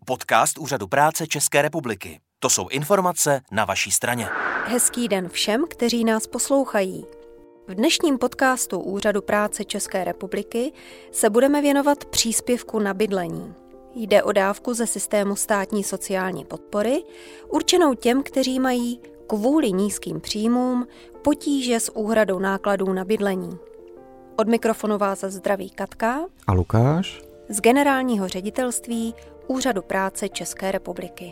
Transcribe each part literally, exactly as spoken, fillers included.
Podcast Úřadu práce České republiky. To jsou informace na vaší straně. Hezký den všem, kteří nás poslouchají. V dnešním podcastu Úřadu práce České republiky se budeme věnovat příspěvku na bydlení. Jde o dávku ze systému státní sociální podpory, určenou těm, kteří mají kvůli nízkým příjmům potíže s úhradou nákladů na bydlení. Od mikrofonu vás zdraví Katka a Lukáš z Generálního ředitelství Úřadu práce České republiky.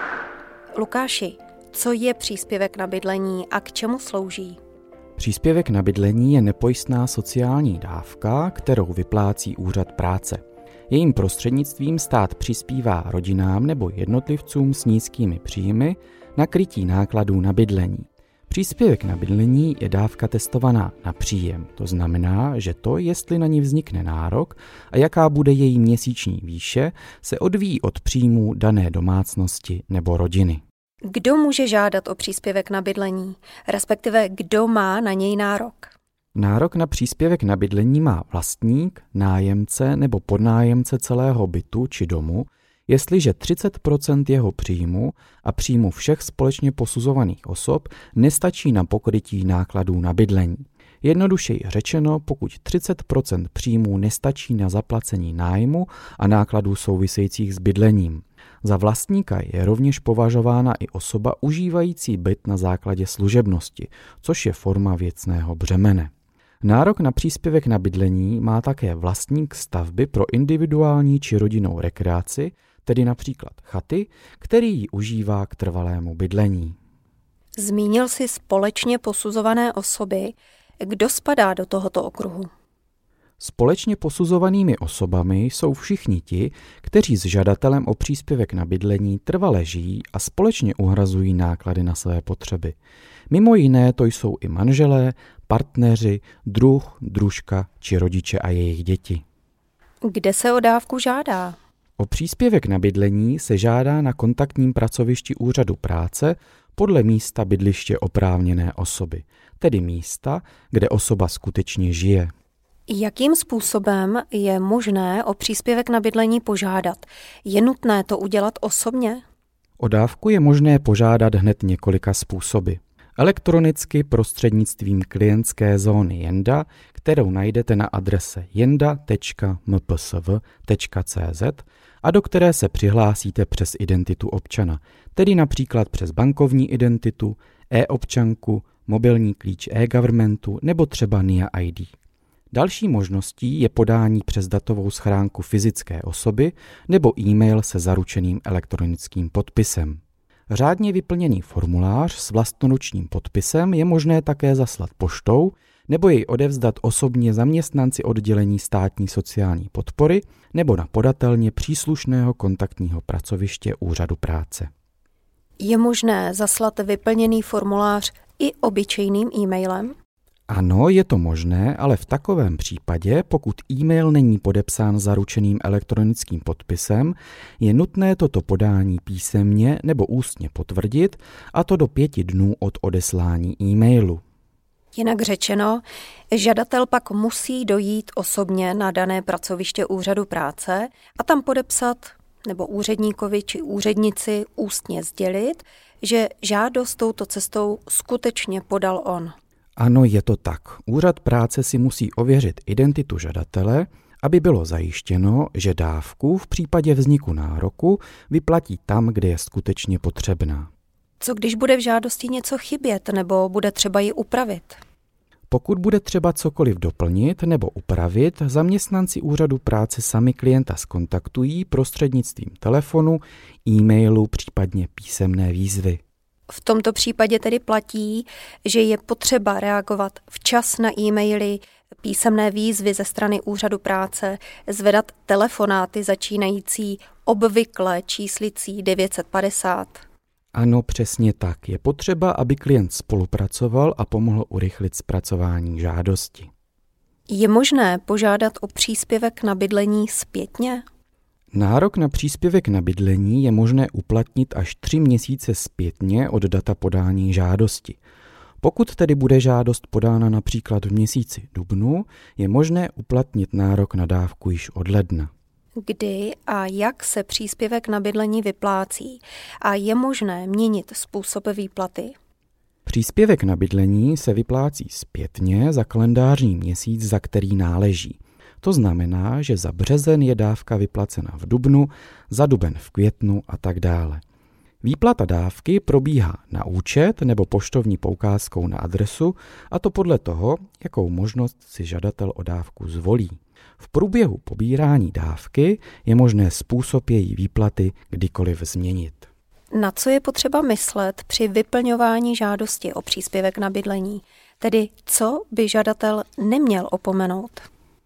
Lukáši, co je příspěvek na bydlení a k čemu slouží? Příspěvek na bydlení je nepojistná sociální dávka, kterou vyplácí Úřad práce. Jejím prostřednictvím stát přispívá rodinám nebo jednotlivcům s nízkými příjmy na krytí nákladů na bydlení. Příspěvek na bydlení je dávka testovaná na příjem, to znamená, že to, jestli na ní vznikne nárok a jaká bude její měsíční výše, se odvíjí od příjmů dané domácnosti nebo rodiny. Kdo může žádat o příspěvek na bydlení, respektive kdo má na něj nárok? Nárok na příspěvek na bydlení má vlastník, nájemce nebo podnájemce celého bytu či domu, jestliže třicet procent jeho příjmu a příjmu všech společně posuzovaných osob nestačí na pokrytí nákladů na bydlení. Jednodušeji řečeno, pokud třicet procent příjmů nestačí na zaplacení nájmu a nákladů souvisejících s bydlením. Za vlastníka je rovněž považována i osoba užívající byt na základě služebnosti, což je forma věcného břemene. Nárok na příspěvek na bydlení má také vlastník stavby pro individuální či rodinnou rekreaci, tedy například chaty, který ji užívá k trvalému bydlení. Zmínil jsi společně posuzované osoby. Kdo spadá do tohoto okruhu? Společně posuzovanými osobami jsou všichni ti, kteří s žadatelem o příspěvek na bydlení trvale žijí a společně uhrazují náklady na své potřeby. Mimo jiné to jsou i manželé, partneři, druh, družka či rodiče a jejich děti. Kde se o dávku žádá? O příspěvek na bydlení se žádá na kontaktním pracovišti Úřadu práce podle místa bydliště oprávněné osoby, tedy místa, kde osoba skutečně žije. Jakým způsobem je možné o příspěvek na bydlení požádat? Je nutné to udělat osobně? O dávku je možné požádat hned několika způsoby. Elektronicky prostřednictvím klientské zóny Jenda, kterou najdete na adrese jenda tečka m p s v tečka c z a do které se přihlásíte přes identitu občana, tedy například přes bankovní identitu, e-občanku, mobilní klíč e-governmentu nebo třeba N I A I D. Další možností je podání přes datovou schránku fyzické osoby nebo e-mail se zaručeným elektronickým podpisem. Řádně vyplněný formulář s vlastnoručním podpisem je možné také zaslat poštou nebo jej odevzdat osobně zaměstnanci oddělení státní sociální podpory nebo na podatelně příslušného kontaktního pracoviště Úřadu práce. Je možné zaslat vyplněný formulář i obyčejným e-mailem? Ano, je to možné, ale v takovém případě, pokud e-mail není podepsán zaručeným elektronickým podpisem, je nutné toto podání písemně nebo ústně potvrdit, a to do pěti dnů od odeslání e-mailu. Jinak řečeno, žadatel pak musí dojít osobně na dané pracoviště Úřadu práce a tam podepsat nebo úředníkovi či úřednici ústně sdělit, že žádost touto cestou skutečně podal on. Ano, je to tak. Úřad práce si musí ověřit identitu žadatele, aby bylo zajištěno, že dávku v případě vzniku nároku vyplatí tam, kde je skutečně potřebná. Co když bude v žádosti něco chybět nebo bude třeba ji upravit? Pokud bude třeba cokoliv doplnit nebo upravit, zaměstnanci Úřadu práce sami klienta zkontaktují prostřednictvím telefonu, e-mailu, případně písemné výzvy. V tomto případě tedy platí, že je potřeba reagovat včas na e-maily, písemné výzvy ze strany Úřadu práce, zvedat telefonáty začínající obvykle číslicí devět set padesát. Ano, přesně tak. Je potřeba, aby klient spolupracoval a pomohl urychlit zpracování žádosti. Je možné požádat o příspěvek na bydlení zpětně? Nárok na příspěvek na bydlení je možné uplatnit až tři měsíce zpětně od data podání žádosti. Pokud tedy bude žádost podána například v měsíci dubnu, je možné uplatnit nárok na dávku již od ledna. kdy a jak se příspěvek na bydlení vyplácí a je možné měnit způsob výplaty? Příspěvek na bydlení se vyplácí zpětně za kalendářní měsíc, za který náleží. To znamená, že za březen je dávka vyplacena v dubnu, za duben v květnu a tak dále. Výplata dávky probíhá na účet nebo poštovní poukázkou na adresu, a to podle toho, jakou možnost si žadatel o dávku zvolí. V průběhu pobírání dávky je možné způsob její výplaty kdykoliv změnit. Na co je potřeba myslet při vyplňování žádosti o příspěvek na bydlení? Tedy co by žadatel neměl opomenout?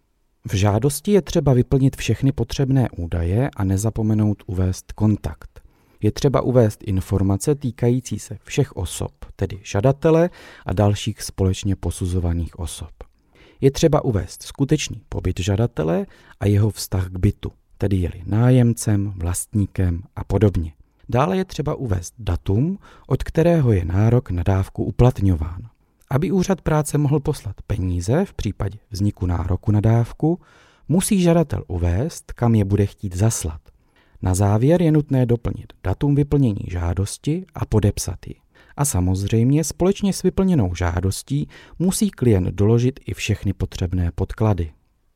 V žádosti je třeba vyplnit všechny potřebné údaje a nezapomenout uvést kontakt. Je třeba uvést informace týkající se všech osob, tedy žadatele a dalších společně posuzovaných osob. Je třeba uvést skutečný pobyt žadatele a jeho vztah k bytu, tedy je-li nájemcem, vlastníkem a podobně. Dále je třeba uvést datum, od kterého je nárok na dávku uplatňován. Aby úřad práce mohl poslat peníze v případě vzniku nároku na dávku, musí žadatel uvést, kam je bude chtít zaslat. Na závěr je nutné doplnit datum vyplnění žádosti a podepsat ji. A samozřejmě společně s vyplněnou žádostí musí klient doložit i všechny potřebné podklady.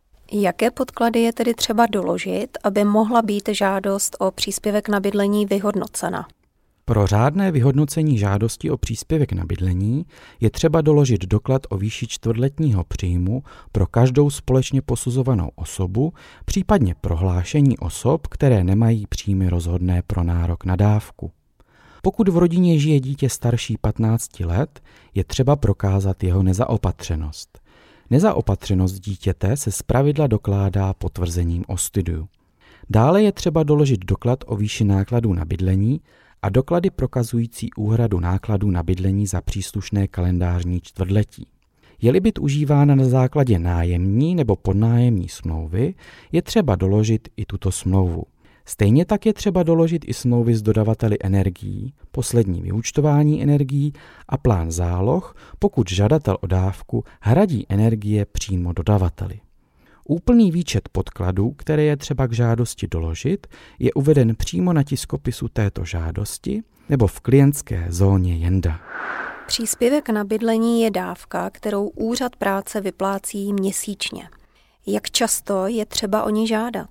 Jaké podklady je tedy třeba doložit, aby mohla být žádost o příspěvek na bydlení vyhodnocena? Pro řádné vyhodnocení žádosti o příspěvek na bydlení je třeba doložit doklad o výši čtvrtletního příjmu pro každou společně posuzovanou osobu, případně prohlášení osob, které nemají příjmy rozhodné pro nárok na dávku. Pokud v rodině žije dítě starší patnácti let, je třeba prokázat jeho nezaopatřenost. Nezaopatřenost dítěte se zpravidla dokládá potvrzením o studiu. Dále je třeba doložit doklad o výši nákladů na bydlení a doklady prokazující úhradu nákladů na bydlení za příslušné kalendářní čtvrtletí. Je-li byt užívána na základě nájemní nebo podnájemní smlouvy, je třeba doložit i tuto smlouvu. Stejně tak je třeba doložit i smlouvy s dodavateli energií, poslední vyúčtování energií a plán záloh, pokud žadatel o dávku hradí energie přímo dodavateli. Úplný výčet podkladů, které je třeba k žádosti doložit, je uveden přímo na tiskopisu této žádosti nebo v klientské zóně Jenda. Příspěvek na bydlení je dávka, kterou úřad práce vyplácí měsíčně. Jak často je třeba o ní žádat?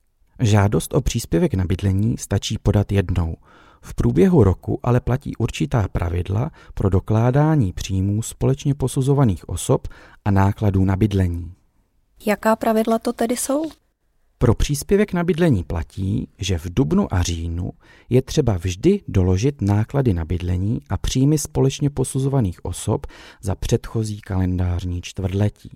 Žádost o příspěvek na bydlení stačí podat jednou. V průběhu roku ale platí určitá pravidla pro dokládání příjmů společně posuzovaných osob a nákladů na bydlení. Jaká pravidla to tedy jsou? Pro příspěvek na bydlení platí, že v dubnu a říjnu je třeba vždy doložit náklady na bydlení a příjmy společně posuzovaných osob za předchozí kalendářní čtvrtletí.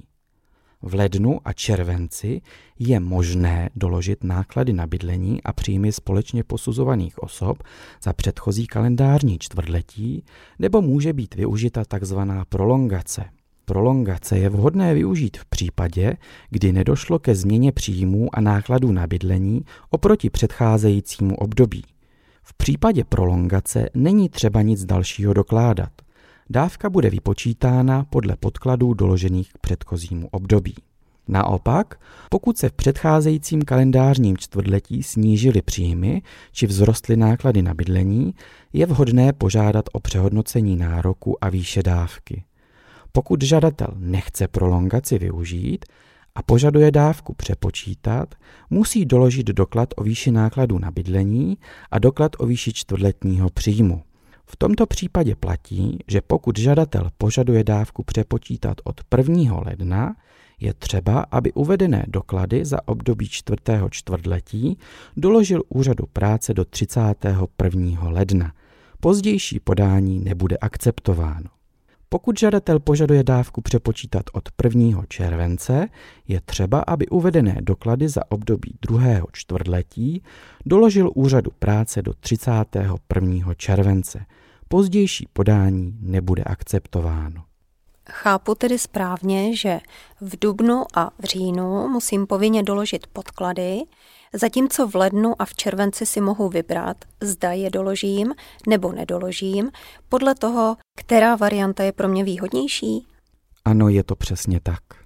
V lednu a červenci je možné doložit náklady na bydlení a příjmy společně posuzovaných osob za předchozí kalendářní čtvrtletí, nebo může být využita tzv. prolongace. Prolongace je vhodné využít v případě, kdy nedošlo ke změně příjmů a nákladů na bydlení oproti předcházejícímu období. V případě prolongace není třeba nic dalšího dokládat. Dávka bude vypočítána podle podkladů doložených k předchozímu období. Naopak, pokud se v předcházejícím kalendářním čtvrtletí snížily příjmy či vzrostly náklady na bydlení, je vhodné požádat o přehodnocení nároku a výše dávky. Pokud žadatel nechce prolongaci využít a požaduje dávku přepočítat, musí doložit doklad o výši nákladů na bydlení a doklad o výši čtvrtletního příjmu. V tomto případě platí, že pokud žadatel požaduje dávku přepočítat od prvního ledna, je třeba, aby uvedené doklady za období čtvrtého čtvrtletí doložil úřadu práce do třicátého prvního ledna. Pozdější podání nebude akceptováno. Pokud žadatel požaduje dávku přepočítat od prvního července, je třeba, aby uvedené doklady za období druhého čtvrtletí doložil úřadu práce do třicátého prvního července. Pozdější podání nebude akceptováno. Chápu tedy správně, že v dubnu a v říjnu musím povinně doložit podklady, zatímco v lednu a v červenci si mohu vybrat, zda je doložím nebo nedoložím, podle toho, která varianta je pro mě výhodnější? Ano, je to přesně tak.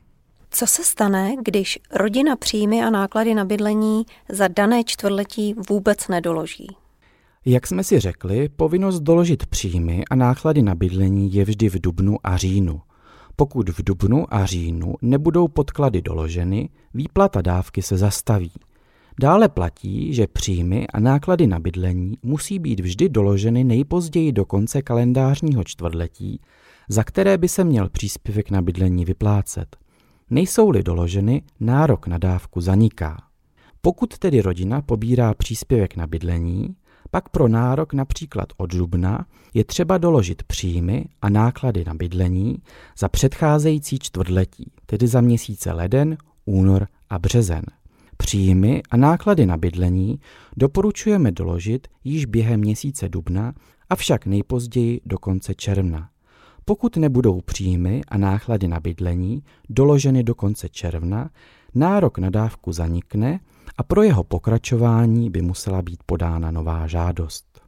Co se stane, když rodina příjmy a náklady na bydlení za dané čtvrtletí vůbec nedoloží? Jak jsme si řekli, povinnost doložit příjmy a náklady na bydlení je vždy v dubnu a říjnu. Pokud v dubnu a říjnu nebudou podklady doloženy, výplata dávky se zastaví. Dále platí, že příjmy a náklady na bydlení musí být vždy doloženy nejpozději do konce kalendářního čtvrtletí, za které by se měl příspěvek na bydlení vyplácet. Nejsou-li doloženy, nárok na dávku zaniká. Pokud tedy rodina pobírá příspěvek na bydlení, pak pro nárok například od dubna je třeba doložit příjmy a náklady na bydlení za předcházející čtvrtletí, tedy za měsíce leden, únor a březen. Příjmy a náklady na bydlení doporučujeme doložit již během měsíce dubna, avšak nejpozději do konce června. Pokud nebudou příjmy a náklady na bydlení doloženy do konce června, nárok na dávku zanikne a pro jeho pokračování by musela být podána nová žádost.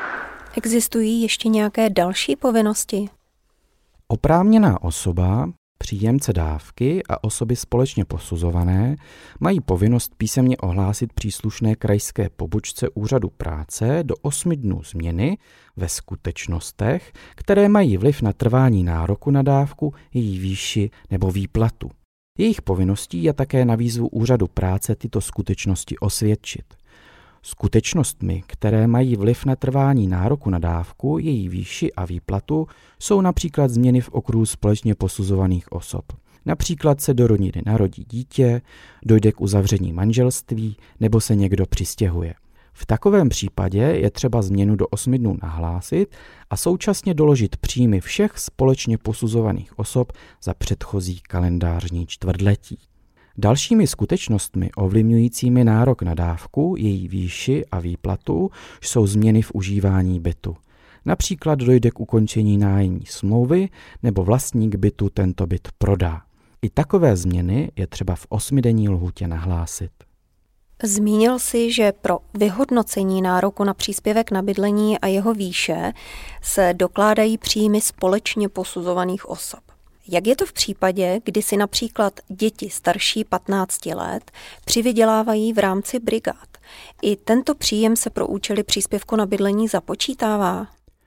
Existují ještě nějaké další povinnosti? Oprávněná osoba, příjemce dávky a osoby společně posuzované mají povinnost písemně ohlásit příslušné krajské pobočce úřadu práce do osmi dnů změny ve skutečnostech, které mají vliv na trvání nároku na dávku, její výši nebo výplatu. Jejich povinností je také na výzvu úřadu práce tyto skutečnosti osvědčit. Skutečnostmi, které mají vliv na trvání nároku na dávku, její výši a výplatu, jsou například změny v okruhu společně posuzovaných osob. Například se do rodiny narodí dítě, dojde k uzavření manželství nebo se někdo přistěhuje. V takovém případě je třeba změnu do osmi dnů nahlásit a současně doložit příjmy všech společně posuzovaných osob za předchozí kalendářní čtvrtletí. Dalšími skutečnostmi ovlivňujícími nárok na dávku, její výši a výplatu jsou změny v užívání bytu. Například dojde k ukončení nájemní smlouvy nebo vlastník bytu tento byt prodá. I takové změny je třeba v osmidenní lhůtě nahlásit. Zmínil jsi, že pro vyhodnocení nároku na příspěvek na bydlení a jeho výše se dokládají příjmy společně posuzovaných osob. Jak je to v případě, kdy si například děti starší patnácti let přivydělávají v rámci brigád? I tento příjem se pro účely příspěvku na bydlení započítává?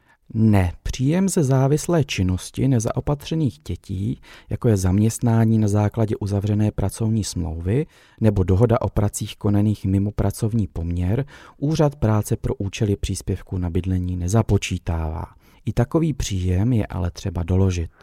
Ne, příjem ze závislé činnosti nezaopatřených dětí, jako je zaměstnání na základě uzavřené pracovní smlouvy nebo dohoda o pracích konaných mimo pracovní poměr, úřad práce pro účely příspěvku na bydlení nezapočítává. I takový příjem je ale třeba doložit.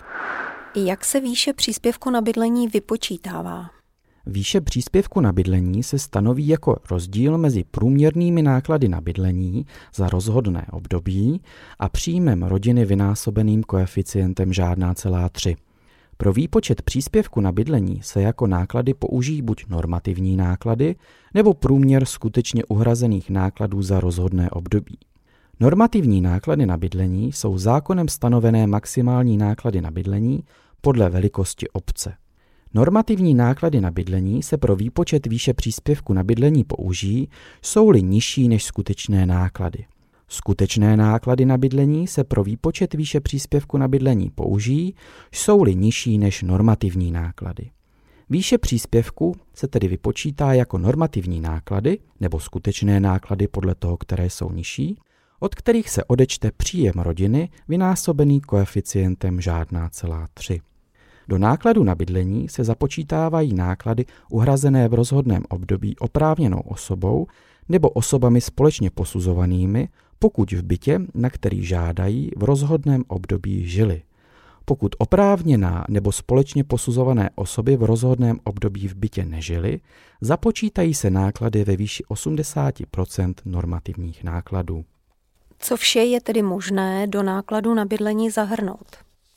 Jak se výše příspěvku na bydlení vypočítává? Výše příspěvku na bydlení se stanoví jako rozdíl mezi průměrnými náklady na bydlení za rozhodné období a příjmem rodiny vynásobeným koeficientem žádná celá tři. Pro výpočet příspěvku na bydlení se jako náklady použijí buď normativní náklady nebo průměr skutečně uhrazených nákladů za rozhodné období. Normativní náklady na bydlení jsou zákonem stanovené maximální náklady na bydlení podle velikosti obce. Normativní náklady na bydlení se pro výpočet výše příspěvku na bydlení použijí, jsou-li nižší než skutečné náklady. Skutečné náklady na bydlení se pro výpočet výše příspěvku na bydlení použijí, jsou-li nižší než normativní náklady. Výše příspěvku se tedy vypočítá jako normativní náklady nebo skutečné náklady podle toho, které jsou nižší, od kterých se odečte příjem rodiny vynásobený koeficientem žádná celá tři. Do nákladu na bydlení se započítávají náklady uhrazené v rozhodném období oprávněnou osobou nebo osobami společně posuzovanými, pokud v bytě, na který žádají, v rozhodném období žili. Pokud oprávněná nebo společně posuzované osoby v rozhodném období v bytě nežily, započítají se náklady ve výši osmdesát procent normativních nákladů. Co vše je tedy možné do nákladu na bydlení zahrnout?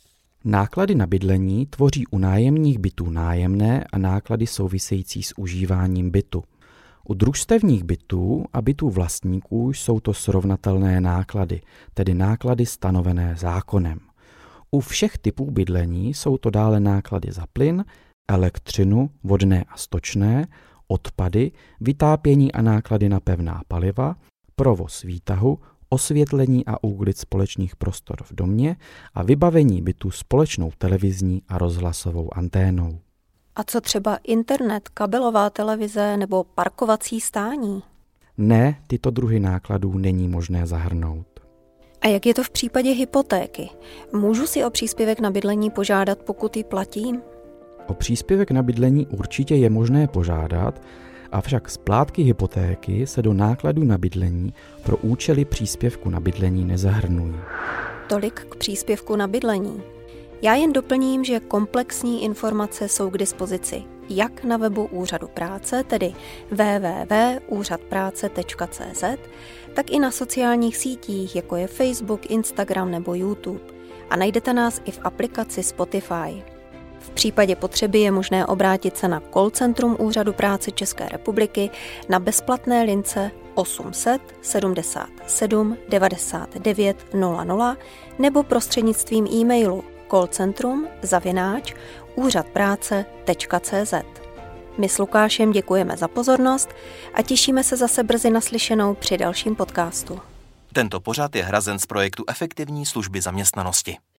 Náklady na bydlení tvoří u nájemních bytů nájemné a náklady související s užíváním bytu. U družstevních bytů a bytů vlastníků jsou to srovnatelné náklady, tedy náklady stanovené zákonem. U všech typů bydlení jsou to dále náklady za plyn, elektřinu, vodné a stočné, odpady, vytápění a náklady na pevná paliva, provoz výtahu, osvětlení a úklid společných prostor v domě a vybavení bytu společnou televizní a rozhlasovou anténou. A co třeba internet, kabelová televize nebo parkovací stání? Ne, tyto druhy nákladů není možné zahrnout. A jak je to v případě hypotéky? Můžu si o příspěvek na bydlení požádat, pokud ji platím? O příspěvek na bydlení určitě je možné požádat, avšak splátky hypotéky se do nákladů na bydlení pro účely příspěvku na bydlení nezahrnují. Tolik k příspěvku na bydlení. Já jen doplním, že komplexní informace jsou k dispozici jak na webu Úřadu práce, tedy w w w tečka úřad práce tečka c z, tak i na sociálních sítích, jako je Facebook, Instagram nebo YouTube. A najdete nás i v aplikaci Spotify. V případě potřeby je možné obrátit se na call centrum Úřadu práce České republiky na bezplatné lince osm set sedmdesát sedm devadesát devět nula nula nebo prostřednictvím e-mailu callcentrum zavináč úřad práce tečka c z. My s Lukášem děkujeme za pozornost a těšíme se zase brzy naslyšenou při dalším podcastu. Tento pořad je hrazen z projektu Efektivní služby zaměstnanosti.